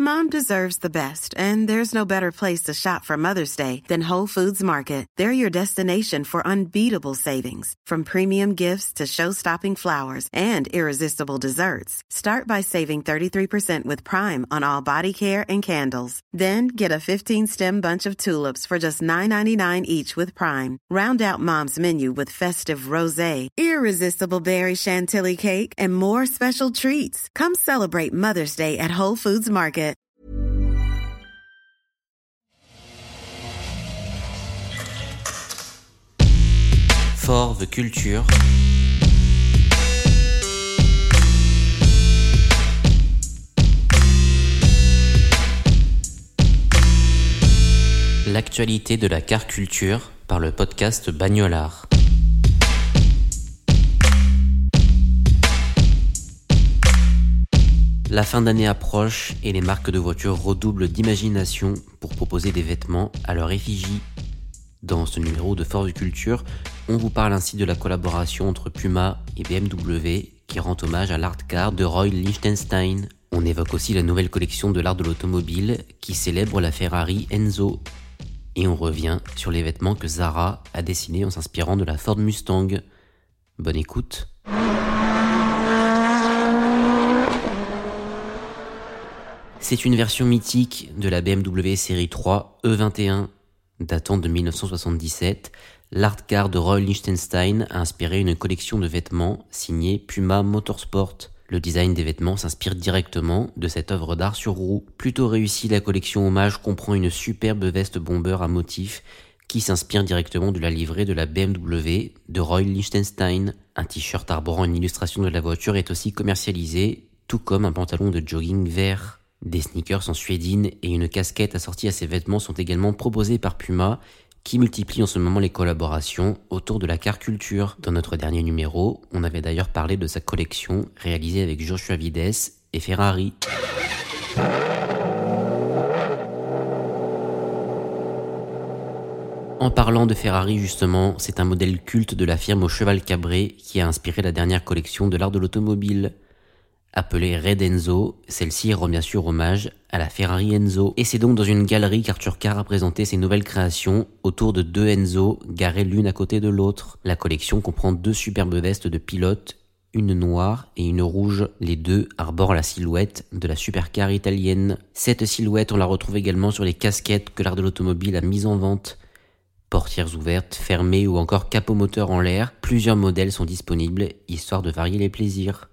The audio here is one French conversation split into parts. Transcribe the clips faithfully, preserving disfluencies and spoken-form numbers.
Mom deserves the best, and there's no better place to shop for Mother's Day than Whole Foods Market. They're your destination for unbeatable savings, from premium gifts to show-stopping flowers and irresistible desserts. Start by saving thirty-three percent with Prime on all body care and candles. Then get a fifteen-stem bunch of tulips for just nine ninety-nine each with Prime. Round out Mom's menu with festive rosé, irresistible berry chantilly cake, and more special treats. Come celebrate Mother's Day at Whole Foods Market. For the Culture. L'actualité de la car culture par le podcast Bagnolard. La fin d'année approche et les marques de voitures redoublent d'imagination pour proposer des vêtements à leur effigie. Dans ce numéro de For the Culture, on vous parle ainsi de la collaboration entre Puma et B M W qui rend hommage à l'art car de Roy Lichtenstein. On évoque aussi la nouvelle collection de l'art de l'automobile qui célèbre la Ferrari Enzo. Et on revient sur les vêtements que Zara a dessinés en s'inspirant de la Ford Mustang. Bonne écoute. C'est une version mythique de la B M W série trois E vingt et un. Datant de dix-neuf cent soixante-dix-sept, l'art car de Roy Lichtenstein a inspiré une collection de vêtements signée Puma Motorsport. Le design des vêtements s'inspire directement de cette œuvre d'art sur roue. Plutôt réussie, la collection hommage comprend une superbe veste bomber à motifs qui s'inspire directement de la livrée de la B M W de Roy Lichtenstein. Un t-shirt arborant une illustration de la voiture est aussi commercialisé, tout comme un pantalon de jogging vert. Des sneakers en suédine et une casquette assortie à ces vêtements sont également proposés par Puma, qui multiplie en ce moment les collaborations autour de la car culture. Dans notre dernier numéro, on avait d'ailleurs parlé de sa collection réalisée avec Joshua Vides et Ferrari. En parlant de Ferrari justement, c'est un modèle culte de la firme au cheval cabré qui a inspiré la dernière collection de l'art de l'automobile. Appelée Red Enzo, celle-ci rend bien sûr hommage à la Ferrari Enzo. Et c'est donc dans une galerie qu'Arthur Carr a présenté ses nouvelles créations autour de deux Enzo garées l'une à côté de l'autre. La collection comprend deux superbes vestes de pilote, une noire et une rouge. Les deux arborent la silhouette de la supercar italienne. Cette silhouette, on la retrouve également sur les casquettes que l'art de l'automobile a mises en vente. Portières ouvertes, fermées ou encore capot moteur en l'air, plusieurs modèles sont disponibles, histoire de varier les plaisirs.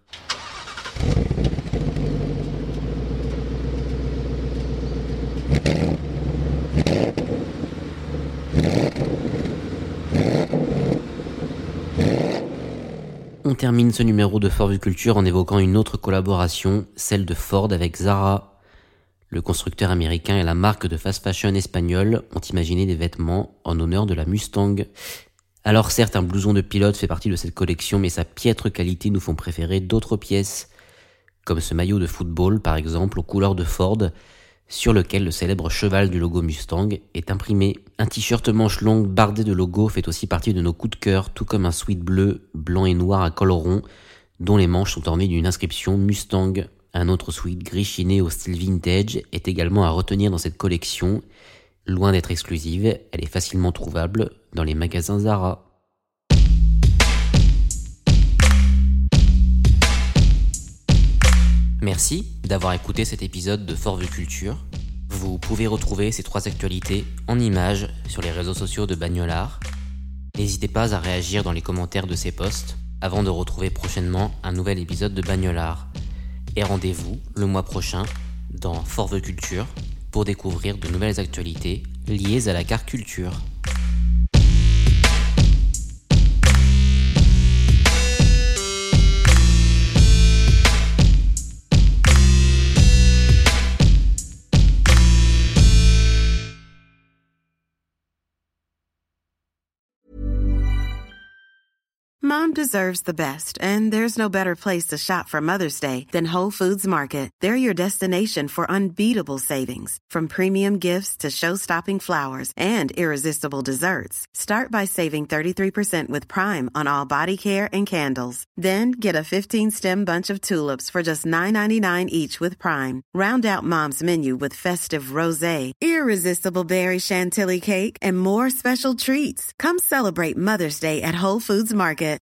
On termine ce numéro de For the Culture en évoquant une autre collaboration, celle de Ford avec Zara. Le constructeur américain et la marque de fast fashion espagnole ont imaginé des vêtements en honneur de la Mustang. Alors certes, un blouson de pilote fait partie de cette collection, mais sa piètre qualité nous font préférer d'autres pièces, comme ce maillot de football par exemple aux couleurs de Ford, sur lequel le célèbre cheval du logo Mustang est imprimé. Un t-shirt manche longue bardé de logos fait aussi partie de nos coups de cœur, tout comme un sweat bleu, blanc et noir à col rond, dont les manches sont ornées d'une inscription Mustang. Un autre sweat gris chiné au style vintage est également à retenir dans cette collection. Loin d'être exclusive, elle est facilement trouvable dans les magasins Zara. Merci d'avoir écouté cet épisode de For the Culture. Vous pouvez retrouver ces trois actualités en images sur les réseaux sociaux de Bagnolard. N'hésitez pas à réagir dans les commentaires de ces posts avant de retrouver prochainement un nouvel épisode de Bagnolard. Et rendez-vous le mois prochain dans For the Culture pour découvrir de nouvelles actualités liées à la car culture. Mom deserves the best, and there's no better place to shop for Mother's Day than Whole Foods Market. They're your destination for unbeatable savings, from premium gifts to show-stopping flowers and irresistible desserts. Start by saving thirty-three percent with Prime on all body care and candles. Then get a fifteen-stem bunch of tulips for just nine ninety-nine each with Prime. Round out Mom's menu with festive rosé, irresistible berry chantilly cake, and more special treats. Come celebrate Mother's Day at Whole Foods Market.